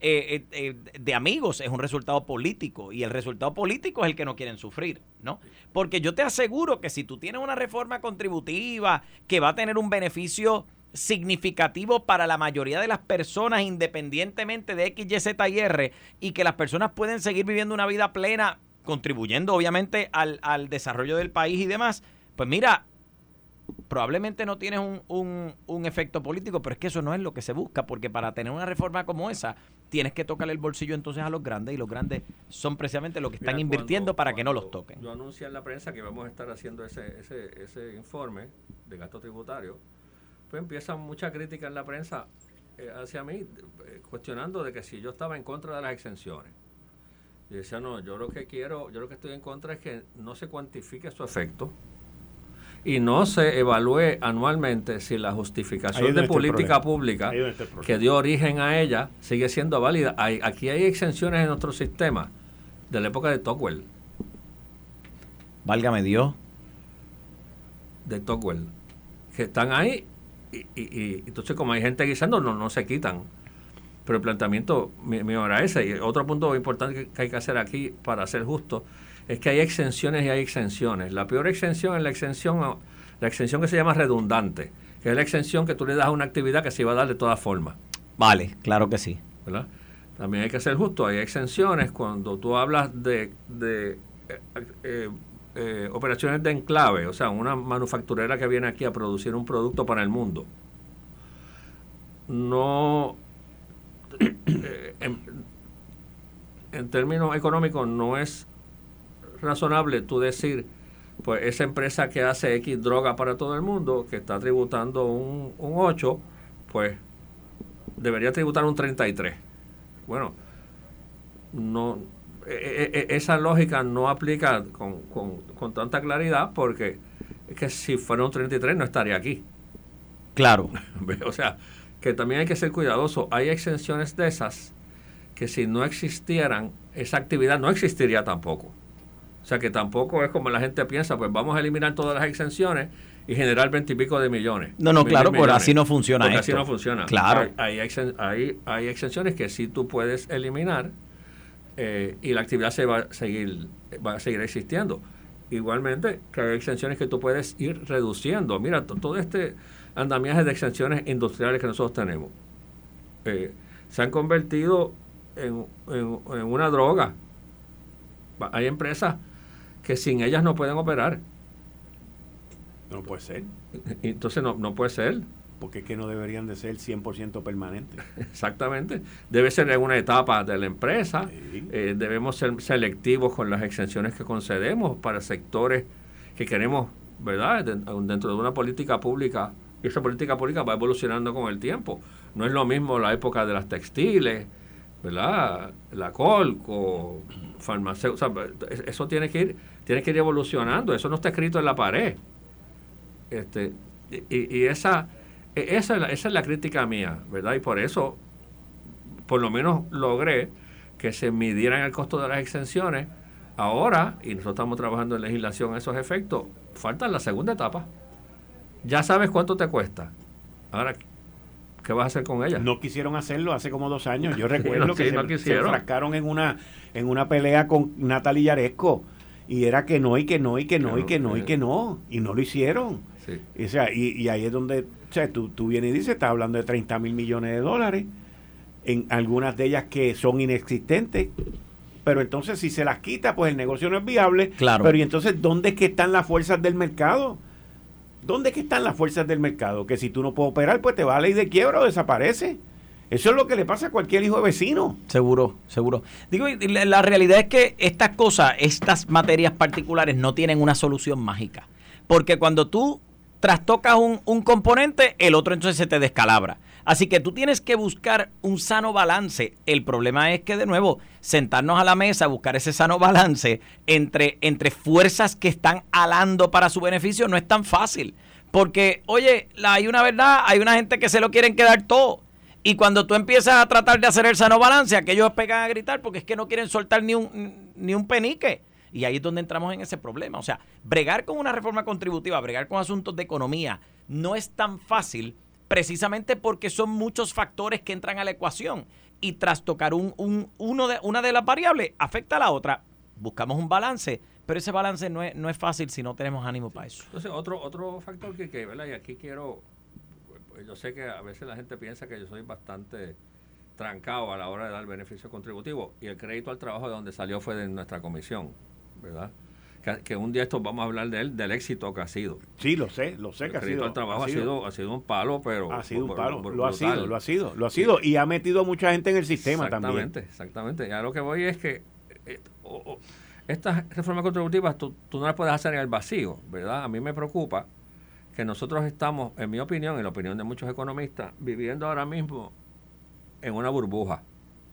eh, eh, de amigos, es un resultado político, y el resultado político es el que no quieren sufrir, ¿no? Porque yo te aseguro que si tú tienes una reforma contributiva que va a tener un beneficio significativo para la mayoría de las personas, independientemente de X, Y, Z y R, y que las personas pueden seguir viviendo una vida plena, contribuyendo obviamente al, al desarrollo del país y demás, pues mira, probablemente no tienes un, un, un efecto político, pero es que eso no es lo que se busca, porque para tener una reforma como esa, tienes que tocarle el bolsillo entonces a los grandes, y los grandes son precisamente los que están Mira, invirtiendo cuando, para que no los toquen. Yo anuncié en la prensa que vamos a estar haciendo ese, ese, ese informe de gasto tributario, pues empiezan mucha crítica en la prensa eh, hacia mí, eh, cuestionando de que si yo estaba en contra de las exenciones. Y decía, no, yo lo que quiero, yo lo que estoy en contra es que no se cuantifique su efecto y no se evalúe anualmente si la justificación de política pública que dio origen a ella sigue siendo válida. Hay, aquí hay exenciones en nuestro sistema de la época de Tocqueville. Válgame Dios. De Tocqueville. Que están ahí y, y, y entonces como hay gente guisando, no, no se quitan. Pero el planteamiento mío era ese. Y otro punto importante que hay que hacer aquí para ser justo es que hay exenciones y hay exenciones. La peor exención es la exención la exención que se llama redundante, que es la exención que tú le das a una actividad que se iba a dar de todas formas. Vale, claro que sí. ¿Verdad? También hay que ser justo. Hay exenciones cuando tú hablas de, de eh, eh, eh, operaciones de enclave, o sea, una manufacturera que viene aquí a producir un producto para el mundo. No... Eh, en, en términos económicos no es razonable tú decir, pues esa empresa que hace X droga para todo el mundo, que está tributando un, un ocho, pues debería tributar un treinta y tres. Bueno, no e, e, esa lógica no aplica con, con, con tanta claridad, porque es que si fuera un treinta y tres no estaría aquí. Claro. O sea, que también hay que ser cuidadoso. Hay exenciones de esas que si no existieran, esa actividad no existiría tampoco. O sea, que tampoco es como la gente piensa, pues vamos a eliminar todas las exenciones y generar veintipico de millones. No, no, claro, porque así no funciona porque esto. así no funciona. Claro. Hay, hay, exen, hay, hay exenciones que sí tú puedes eliminar eh, y la actividad se va a seguir, va a seguir existiendo. Igualmente, que hay exenciones que tú puedes ir reduciendo. Mira, t- todo este andamiaje de exenciones industriales que nosotros tenemos eh, se han convertido en, en, en una droga. Hay empresas que sin ellas no pueden operar. No puede ser. Entonces no, no puede ser. Porque es que no deberían de ser cien por ciento permanentes. Exactamente. Debe ser en una etapa de la empresa. Sí. Eh, debemos ser selectivos con las exenciones que concedemos para sectores que queremos, ¿verdad? Dentro de una política pública. Y esa política pública va evolucionando con el tiempo. No es lo mismo la época de las textiles, ¿verdad? La Colco, farmacéutica. O sea, eso tiene que ir, tiene que ir evolucionando. Eso no está escrito en la pared. Este, y, y esa, esa, es la, esa es la crítica mía, ¿verdad? Y por eso, por lo menos logré que se midieran el costo de las exenciones. Ahora, y nosotros estamos trabajando en legislación a esos efectos, falta la segunda etapa. Ya sabes cuánto te cuesta. Ahora, ¿qué vas a hacer con ella? No quisieron hacerlo hace como dos años. Yo recuerdo no, que sí, se, no se enfrascaron en una en una pelea con Natalie Yaresco y era que no y que no y que no, no y que no y que no y no lo hicieron. Sí. Y, o sea, y, y ahí es donde, o sea, tú, tú vienes y dices, estás hablando de treinta mil millones de dólares, en algunas de ellas que son inexistentes, pero entonces si se las quita, pues el negocio no es viable. Claro. Pero y entonces, ¿dónde es que están las fuerzas del mercado? ¿Dónde es que están las fuerzas del mercado? Que si tú no puedes operar, pues te va a ley de quiebra o desaparece. Eso es lo que le pasa a cualquier hijo de vecino. Seguro, seguro. Digo, la, la realidad es que estas cosas, estas materias particulares no tienen una solución mágica. Porque cuando tú trastocas un, un componente, el otro entonces se te descalabra. Así que tú tienes que buscar un sano balance. El problema es que, de nuevo, sentarnos a la mesa, buscar ese sano balance entre, entre fuerzas que están alando para su beneficio no es tan fácil. Porque, oye, la, hay una verdad, hay una gente que se lo quieren quedar todo. Y cuando tú empiezas a tratar de hacer el sano balance, aquellos pegan a gritar porque es que no quieren soltar ni un, ni un penique. Y ahí es donde entramos en ese problema. O sea, bregar con una reforma contributiva, bregar con asuntos de economía, no es tan fácil precisamente porque son muchos factores que entran a la ecuación. y trastocar un, un, uno de, una de las variables afecta a la otra. Buscamos un balance, pero ese balance no es, no es fácil si no tenemos ánimo para eso. Entonces, otro otro factor que, que ¿verdad? Y aquí quiero, yo sé que a veces la gente piensa que yo soy bastante trancado a la hora de dar beneficio contributivo, y el crédito al trabajo de donde salió fue de nuestra comisión, ¿verdad? Que, que un día esto vamos a hablar de él, del éxito que ha sido. Sí, lo sé, lo sé el que ha sido. El crédito al trabajo ha sido, ha sido, ha sido un palo, pero... Ha sido un palo, por, por, lo ha brutal. sido, lo ha sido, lo ha sido, y ha metido mucha gente en el sistema también. Exactamente, exactamente. Y a lo que voy es que eh, oh, oh, estas reformas contributivas tú, tú no las puedes hacer en el vacío, ¿verdad? A mí me preocupa que nosotros estamos, en mi opinión, en la opinión de muchos economistas, viviendo ahora mismo en una burbuja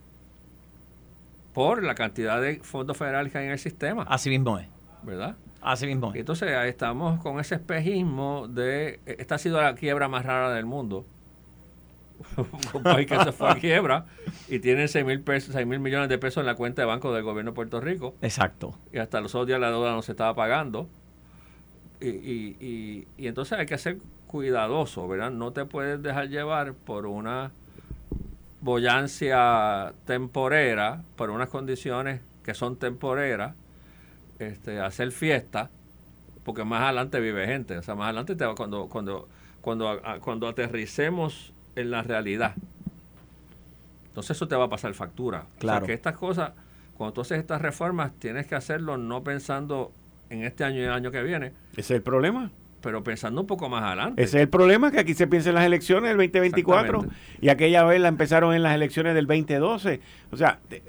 por la cantidad de fondos federales que hay en el sistema. Así mismo es. ¿Verdad? Así mismo es. Y entonces estamos con ese espejismo de, esta ha sido la quiebra más rara del mundo. Un país que se fue a quiebra y tiene seis mil pesos, seis mil millones de pesos en la cuenta de banco del gobierno de Puerto Rico. Exacto. Y hasta los otros días la deuda no se estaba pagando. Y, y, y, y entonces hay que ser cuidadoso, ¿verdad? No te puedes dejar llevar por una boyancia temporera, por unas condiciones que son temporeras, este, hacer fiesta, porque más adelante vive gente. O sea, más adelante te va, cuando, cuando, cuando, a, cuando aterricemos en la realidad, entonces eso te va a pasar factura. Claro. O sea, que estas cosas, cuando tú haces estas reformas, tienes que hacerlo no pensando en este año y el año que viene. Ese es el problema. Pero pensando un poco más adelante. Ese es el problema, que aquí se piensa en las elecciones del veinte veinticuatro y aquella vez la empezaron en las elecciones del veinte doce. O sea, de,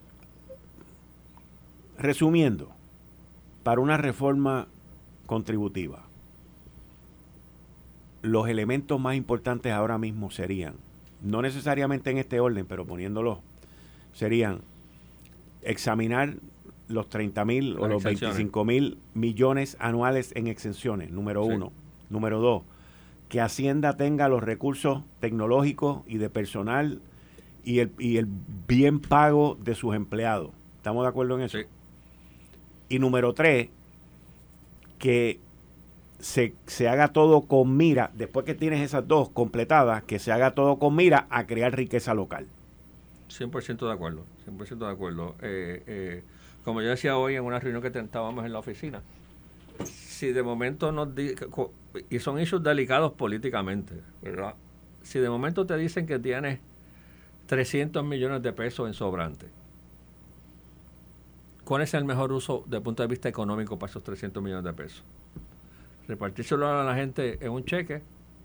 resumiendo, para una reforma contributiva, los elementos más importantes ahora mismo serían, no necesariamente en este orden, pero poniéndolos, serían examinar los treinta mil o los veinticinco mil millones anuales en exenciones, número sí. uno. Número dos, que Hacienda tenga los recursos tecnológicos y de personal y el, y el bien pago de sus empleados. ¿Estamos de acuerdo en eso? Sí. Y número tres, que se, se haga todo con mira, después que tienes esas dos completadas, que se haga todo con mira a crear riqueza local. cien por ciento de acuerdo, cien por ciento de acuerdo. Eh, eh, como yo decía hoy en una reunión que estábamos en la oficina, si de momento nos di, y son issues delicados políticamente, ¿verdad? Si de momento te dicen que tienes trescientos millones de pesos en sobrante, ¿cuál es el mejor uso desde el punto de vista económico para esos trescientos millones de pesos? ¿Repartírselo a la gente en un cheque?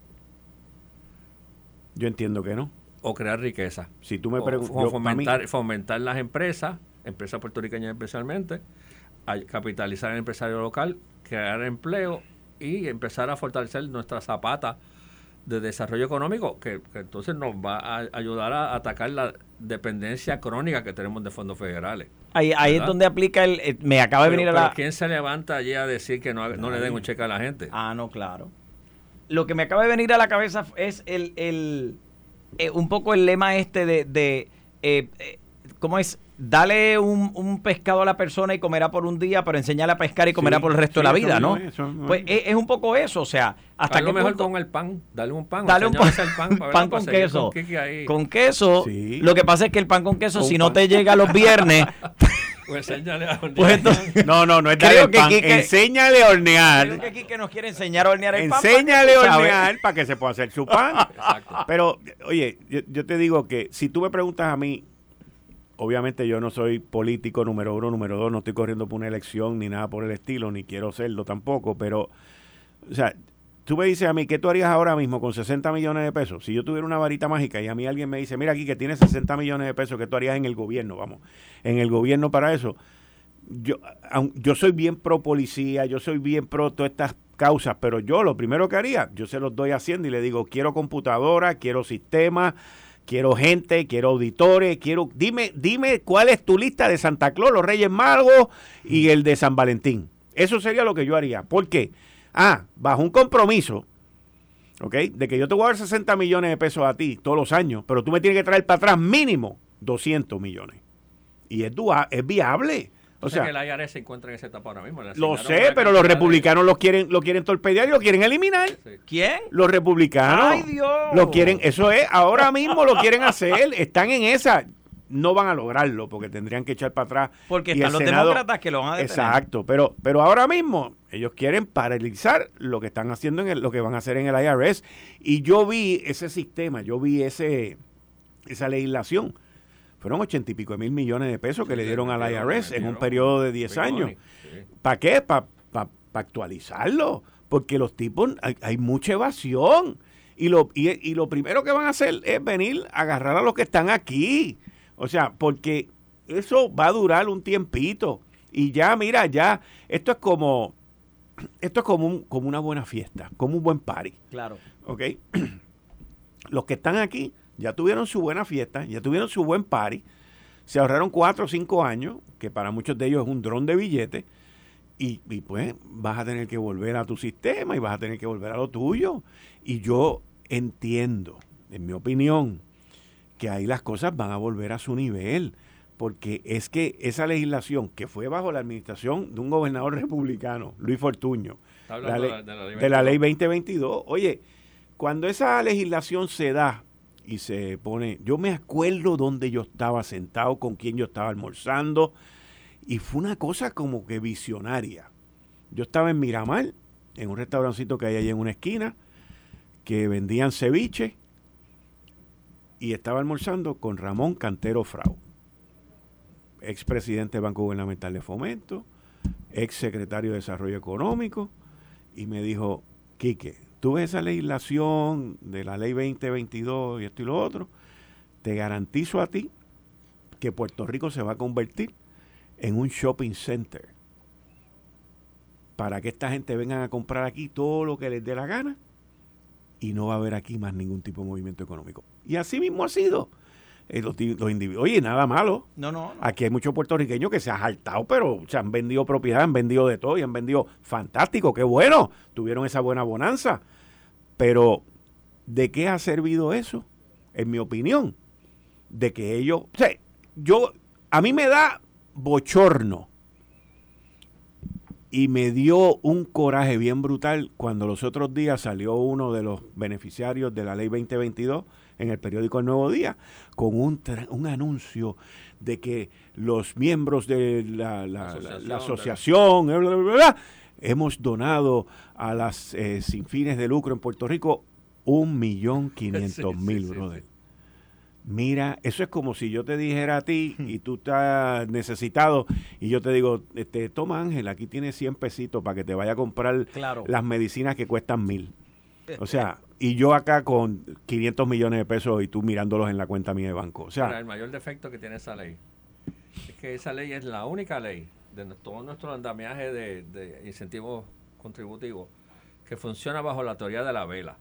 Yo entiendo que no. ¿O crear riqueza? Si tú me preguntas, o fomentar, fomentar las empresas, empresas puertorriqueñas especialmente, a capitalizar el empresario local, crear empleo y empezar a fortalecer nuestra zapata de desarrollo económico, que, que entonces nos va a ayudar a atacar la dependencia crónica que tenemos de fondos federales. Ahí, ahí es donde aplica el... Eh, me acaba de pero, venir a pero la... ¿quién se levanta allí a decir que no, no le den un cheque a la gente? Ah, no, claro. Lo que me acaba de venir a la cabeza es el... el eh, un poco el lema este de... de eh, eh, ¿cómo es? Dale un, un pescado a la persona y comerá por un día, pero enséñale a pescar y comerá sí, por el resto sí, de la vida, ¿no? Es, no pues es, es un poco eso, o sea, hasta que lo mejor punto, con el pan, dale un pan, dale un pan, el pan, para pan con queso, con, con queso. Sí. Lo que pasa es que el pan con queso, con si pan. no te llega los viernes, pues enséñale a hornear. Pues entonces, no, no, no es darle el pan, Quique, enséñale a hornear. Creo que Quique nos quiere enseñar a hornear el pan. Enséñale a hornear para que se pueda hacer su pan. Exacto. Pero, oye, yo, yo te digo que si tú me preguntas a mí, obviamente yo no soy político número uno, número dos, no estoy corriendo por una elección ni nada por el estilo, ni quiero serlo tampoco, pero, o sea, tú me dices a mí, ¿qué tú harías ahora mismo con sesenta millones de pesos? Si yo tuviera una varita mágica y a mí alguien me dice, mira aquí que tienes sesenta millones de pesos, ¿qué tú harías en el gobierno? Vamos, en el gobierno para eso. Yo, yo soy bien pro policía, yo soy bien pro todas estas causas, pero yo lo primero que haría, yo se los doy a Hacienda y le digo, quiero computadora, quiero sistemas, quiero gente, quiero auditores, quiero... Dime, dime cuál es tu lista de Santa Claus, los Reyes Magos y el de San Valentín. Eso sería lo que yo haría. ¿Por qué? Ah, bajo un compromiso, ¿ok? De que yo te voy a dar sesenta millones de pesos a ti todos los años, pero tú me tienes que traer para atrás mínimo doscientos millones. Y es, dua- es viable. O sea, que el I R S se encuentra en esa etapa ahora mismo. Lo sé, pero los republicanos de... los quieren lo quieren torpedear y lo quieren eliminar. Sí. ¿Quién? Los republicanos. ¡Ay, Dios! Lo quieren, eso es, ahora mismo lo quieren hacer, están en esa. No van a lograrlo porque tendrían que echar para atrás. Porque están los Senado, demócratas que lo van a detener. Exacto, pero, pero ahora mismo ellos quieren paralizar lo que están haciendo, en el, lo que van a hacer en el I R S. Y yo vi ese sistema, yo vi ese esa legislación. Fueron ochenta y pico de mil millones de pesos que sí, le dieron al I R S en un periodo de diez años. Sí. ¿Para qué? Para pa, pa actualizarlo. Porque los tipos, hay, hay mucha evasión. Y lo, y, y lo primero que van a hacer es venir a agarrar a los que están aquí. O sea, porque eso va a durar un tiempito. Y ya, mira, ya, esto es como, esto es como, un, como una buena fiesta, como un buen party. Claro. ¿Ok? Los que están aquí ya tuvieron su buena fiesta, ya tuvieron su buen party, se ahorraron cuatro o cinco años, que para muchos de ellos es un dron de billetes, y, y pues vas a tener que volver a tu sistema y vas a tener que volver a lo tuyo. Y yo entiendo, en mi opinión, que ahí las cosas van a volver a su nivel, porque es que esa legislación que fue bajo la administración de un gobernador republicano, Luis Fortuño, la ley, de, la ley de la ley veinte veintidós, oye, cuando esa legislación se da y se pone, yo me acuerdo dónde yo estaba sentado, con quién yo estaba almorzando, y fue una cosa como que visionaria. Yo estaba en Miramar, en un restaurancito que hay ahí en una esquina, que vendían ceviche, y estaba almorzando con Ramón Cantero Frau, expresidente del Banco Gubernamental de Fomento, ex secretario de Desarrollo Económico, y me dijo, Quique, tú ves esa legislación de la ley veinte veintidós y esto y lo otro, te garantizo a ti que Puerto Rico se va a convertir en un shopping center para que esta gente venga a comprar aquí todo lo que les dé la gana y no va a haber aquí más ningún tipo de movimiento económico. Y así mismo ha sido. Eh, los, los individuos, oye, nada malo. No, no, no. Aquí hay muchos puertorriqueños que se han jaltado, pero se han vendido propiedad, han vendido de todo y han vendido fantástico, qué bueno. Tuvieron esa buena bonanza. Pero, ¿de qué ha servido eso? En mi opinión, de que ellos, o sea, yo, a mí me da bochorno y me dio un coraje bien brutal cuando los otros días salió uno de los beneficiarios de la ley veinte veintidós en el periódico El Nuevo Día con un, un anuncio de que los miembros de la, la, la asociación, la, la asociación bla, bla, bla, bla, hemos donado a las eh, sin fines de lucro en Puerto Rico un millón quinientos mil, sí, brother. Sí, sí. Mira, eso es como si yo te dijera a ti y tú estás necesitado y yo te digo, este, toma Ángel, aquí tienes cien pesitos para que te vaya a comprar claro. las medicinas que cuestan mil. O sea, y yo acá con quinientos millones de pesos y tú mirándolos en la cuenta mía de banco. O sea, Mira, el mayor defecto que tiene esa ley es que esa ley es la única ley de todo nuestro andamiaje de, de incentivos contributivos que funciona bajo la teoría de la vela.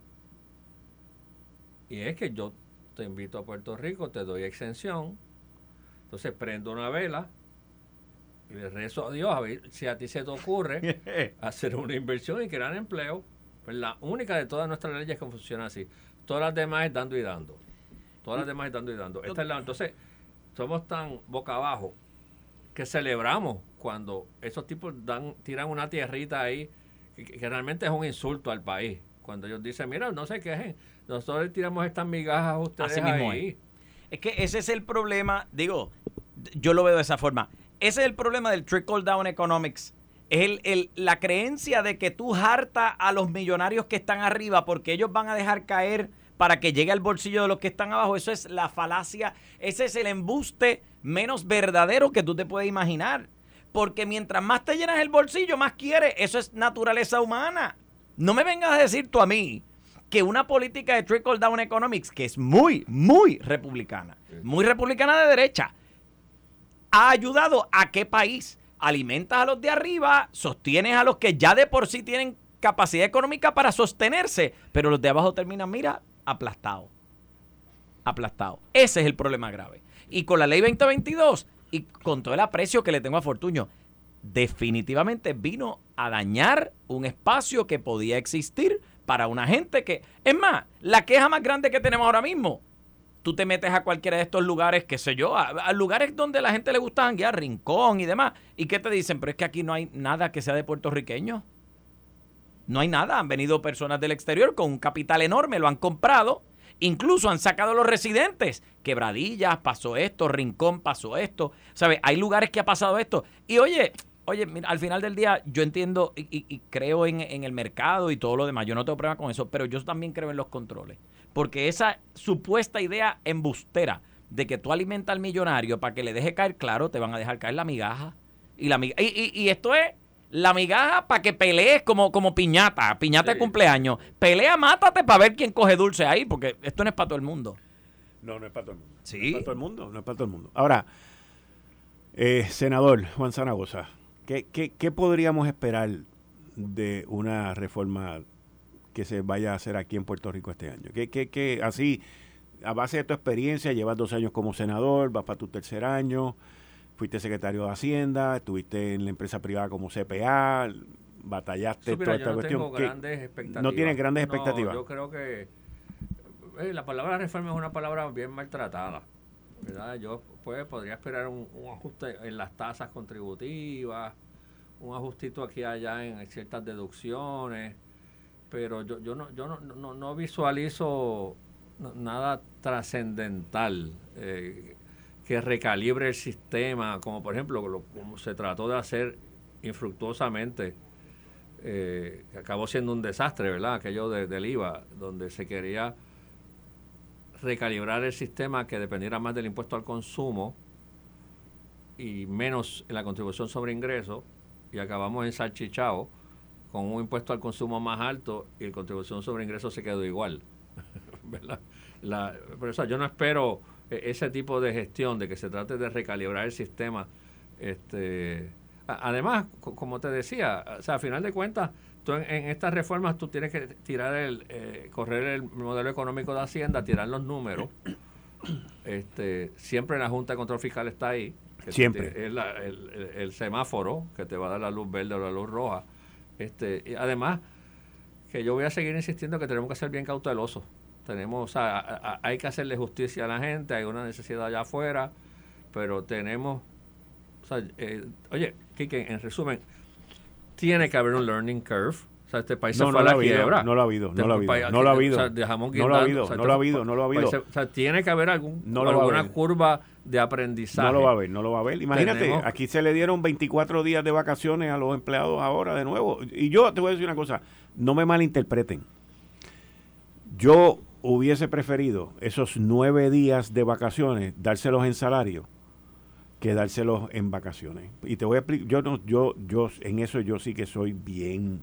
Y es que yo te invito a Puerto Rico, te doy exención, entonces prendo una vela y le rezo a Dios a ver si a ti se te ocurre hacer una inversión y crear empleo. Pues la única de todas nuestras leyes que funciona así. Todas las demás es dando y dando. Todas las demás es dando y dando. Esta es la, entonces, somos tan boca abajo que celebramos cuando esos tipos dan tiran una tierrita ahí que, que realmente es un insulto al país. Cuando ellos dicen, mira, no se quejen, nosotros tiramos estas migajas a ustedes así mismo ahí. Es. es que ese es el problema, digo, yo lo veo de esa forma. Ese es el problema del trickle down economics. Es el, el, la creencia de que tú hartas a los millonarios que están arriba porque ellos van a dejar caer para que llegue al bolsillo de los que están abajo. Eso es la falacia, ese es el embuste menos verdadero que tú te puedes imaginar. Porque mientras más te llenas el bolsillo, más quieres. Eso es naturaleza humana. No me vengas a decir tú a mí que una política de trickle down economics, que es muy, muy republicana, muy republicana de derecha, ha ayudado a qué país. Alimentas a los de arriba, sostienes a los que ya de por sí tienen capacidad económica para sostenerse, pero los de abajo terminan, mira, aplastados. Aplastados. Ese es el problema grave. Y con la ley veinte veintidós, y con todo el aprecio que le tengo a Fortuño, definitivamente vino a dañar un espacio que podía existir para una gente que... Es más, la queja más grande que tenemos ahora mismo, tú te metes a cualquiera de estos lugares, qué sé yo, a, a lugares donde la gente le gusta janguear, Rincón y demás. ¿Y qué te dicen? Pero es que aquí no hay nada que sea de puertorriqueños. No hay nada. Han venido personas del exterior con un capital enorme, lo han comprado. Incluso han sacado a los residentes. Quebradillas, pasó esto, Rincón, pasó esto. ¿Sabes? Hay lugares que ha pasado esto. Y oye, oye, mira, al final del día yo entiendo y, y, y creo en, en el mercado y todo lo demás. Yo no tengo problema con eso, pero yo también creo en los controles. Porque esa supuesta idea embustera de que tú alimentas al millonario para que le deje caer, claro, te van a dejar caer la migaja. Y, la, y, y, y esto es la migaja para que pelees como, como piñata, piñata sí. de cumpleaños. Pelea, mátate para ver quién coge dulce ahí, porque esto no es para todo el mundo. No, no es para todo el mundo. Sí. No es para todo el mundo, no es para todo el mundo. Ahora, eh, senador Juan Zaragoza, ¿qué, qué, ¿qué podríamos esperar de una reforma que se vaya a hacer aquí en Puerto Rico este año? ¿Qué, qué, qué, así, a base de tu experiencia, llevas dos años como senador, vas para tu tercer año, fuiste secretario de Hacienda, estuviste en la empresa privada como C P A, batallaste Supira, toda yo esta no cuestión. Tengo grandes expectativas. ¿No tienes grandes no, expectativas? Yo creo que eh, la palabra reforma es una palabra bien maltratada, ¿verdad? Yo pues podría esperar un, un ajuste en las tasas contributivas, un ajustito aquí y allá en ciertas deducciones, pero yo yo no yo no no, no visualizo nada trascendental eh, que recalibre el sistema, como por ejemplo lo, como se trató de hacer infructuosamente, eh, que acabó siendo un desastre, ¿verdad? Aquello de, del I V A, donde se quería recalibrar el sistema que dependiera más del impuesto al consumo y menos en la contribución sobre ingresos, y acabamos ensalchichados con un impuesto al consumo más alto y la contribución sobre ingresos se quedó igual, ¿verdad? La, por eso yo no espero ese tipo de gestión, de que se trate de recalibrar el sistema. Este, a, además, co- como te decía, o sea, a final de cuentas, tú en, en estas reformas tú tienes que tirar el, eh, correr el modelo económico de Hacienda, tirar los números. Este, siempre la Junta de Control Fiscal está ahí. Que Siempre. Te, es la, el, el, el semáforo que te va a dar la luz verde o la luz roja. Este, y además, que yo voy a seguir insistiendo que tenemos que ser bien cautelosos. Tenemos, o sea, a, a, hay que hacerle justicia a la gente, hay una necesidad allá afuera, pero tenemos, o sea, eh, oye, Quique, en resumen, tiene que haber un learning curve. O sea, este país no, se fue no a la habido, quiebra. No lo ha habido, no lo ha habido, no lo ha habido. O sea, dejamos no lo ha habido, no lo ha habido, no lo ha habido. O sea, tiene que haber algún, no lo alguna curva de aprendizaje. No lo va a haber, no lo va a haber. Imagínate, Tenemos, aquí se le dieron veinticuatro días de vacaciones a los empleados ahora de nuevo. Y yo te voy a decir una cosa, no me malinterpreten. Yo hubiese preferido esos nueve días de vacaciones, dárselos en salario, que dárselos en vacaciones. Y te voy a explicar, yo no, yo, yo, en eso yo sí que soy bien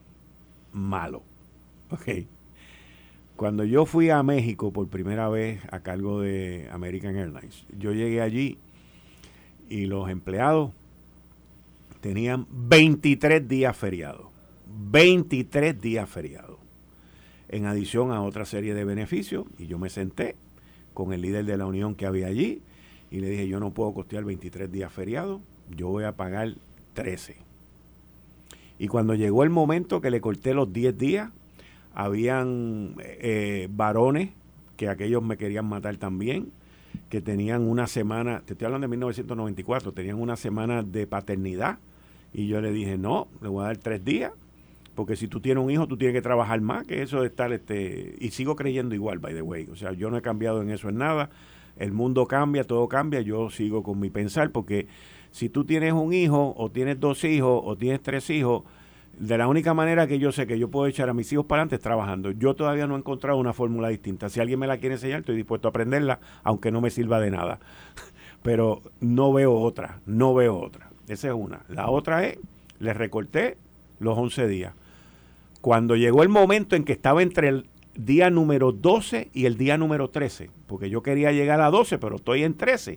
malo. Ok. Cuando yo fui a México por primera vez a cargo de American Airlines, yo llegué allí y los empleados tenían veintitrés días feriados. veintitrés días feriados. En adición a otra serie de beneficios, y yo me senté con el líder de la unión que había allí y le dije, yo no puedo costear veintitrés días feriados, yo voy a pagar trece. Y cuando llegó el momento que le corté los diez días, habían eh, varones que aquellos me querían matar también, que tenían una semana, te estoy hablando de mil novecientos noventa y cuatro, tenían una semana de paternidad, y yo le dije, no, le voy a dar tres días, porque si tú tienes un hijo, tú tienes que trabajar más que eso de estar, este, y sigo creyendo igual, by the way, o sea, yo no he cambiado en eso en nada, el mundo cambia, todo cambia, yo sigo con mi pensar, porque si tú tienes un hijo, o tienes dos hijos, o tienes tres hijos, de la única manera que yo sé que yo puedo echar a mis hijos para adelante es trabajando. Yo todavía no he encontrado una fórmula distinta. Si alguien me la quiere enseñar, estoy dispuesto a aprenderla, aunque no me sirva de nada. Pero no veo otra, no veo otra. Esa es una. La otra es, les recorté los once días. Cuando llegó el momento en que estaba entre el día número doce y el día número trece, porque yo quería llegar a doce, pero estoy en trece.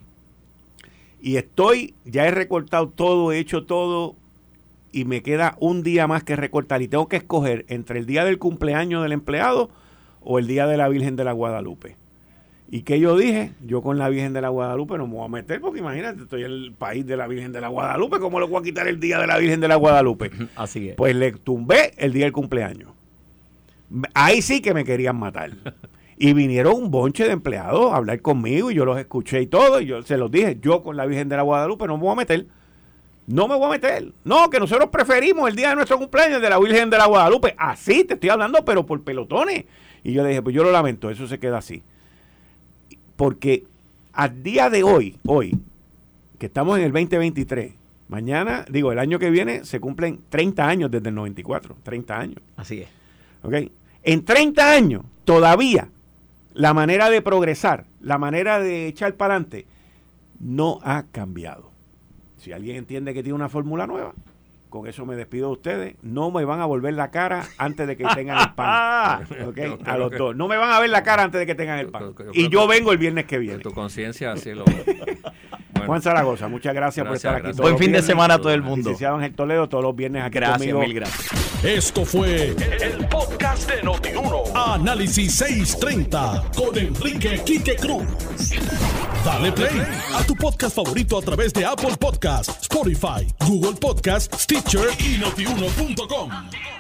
Y estoy, ya he recortado todo, he hecho todo, y me queda un día más que recortar y tengo que escoger entre el día del cumpleaños del empleado o el día de la Virgen de la Guadalupe. ¿Y qué yo dije? Yo con la Virgen de la Guadalupe no me voy a meter porque imagínate, estoy en el país de la Virgen de la Guadalupe, ¿cómo le voy a quitar el día de la Virgen de la Guadalupe? Así es. Pues le tumbé el día del cumpleaños. Ahí sí que me querían matar. Y vinieron un bonche de empleados a hablar conmigo y yo los escuché y todo. Y yo se los dije, yo con la Virgen de la Guadalupe no me voy a meter. No me voy a meter. No, que nosotros preferimos el día de nuestro cumpleaños de la Virgen de la Guadalupe. Así te estoy hablando, pero por pelotones. Y yo le dije, pues yo lo lamento, eso se queda así. Porque al día de hoy, hoy, que estamos en el veinte veintitrés, mañana, digo, el año que viene se cumplen treinta años desde el noventa y cuatro. treinta años. Así es. ¿Ok? En treinta años, todavía, la manera de progresar, la manera de echar para adelante, no ha cambiado. Si alguien entiende que tiene una fórmula nueva, con eso me despido de ustedes. No me van a volver la cara antes de que tengan el pan. ¿Okay? A los dos. No me van a ver la cara antes de que tengan el pan. Y yo vengo el viernes que viene. Tu conciencia así lo... Bueno. Juan Zaragoza, muchas gracias, gracias por estar aquí. Buen fin de semana a todo el mundo. Licenciado Ángel Toledo, todos los viernes aquí gracias, conmigo. Mil gracias. Esto fue el podcast de Noti uno. Análisis seiscientos treinta con Enrique Quique Cruz. Dale play a tu podcast favorito a través de Apple Podcasts, Spotify, Google Podcasts, Stitcher y notiuno punto com.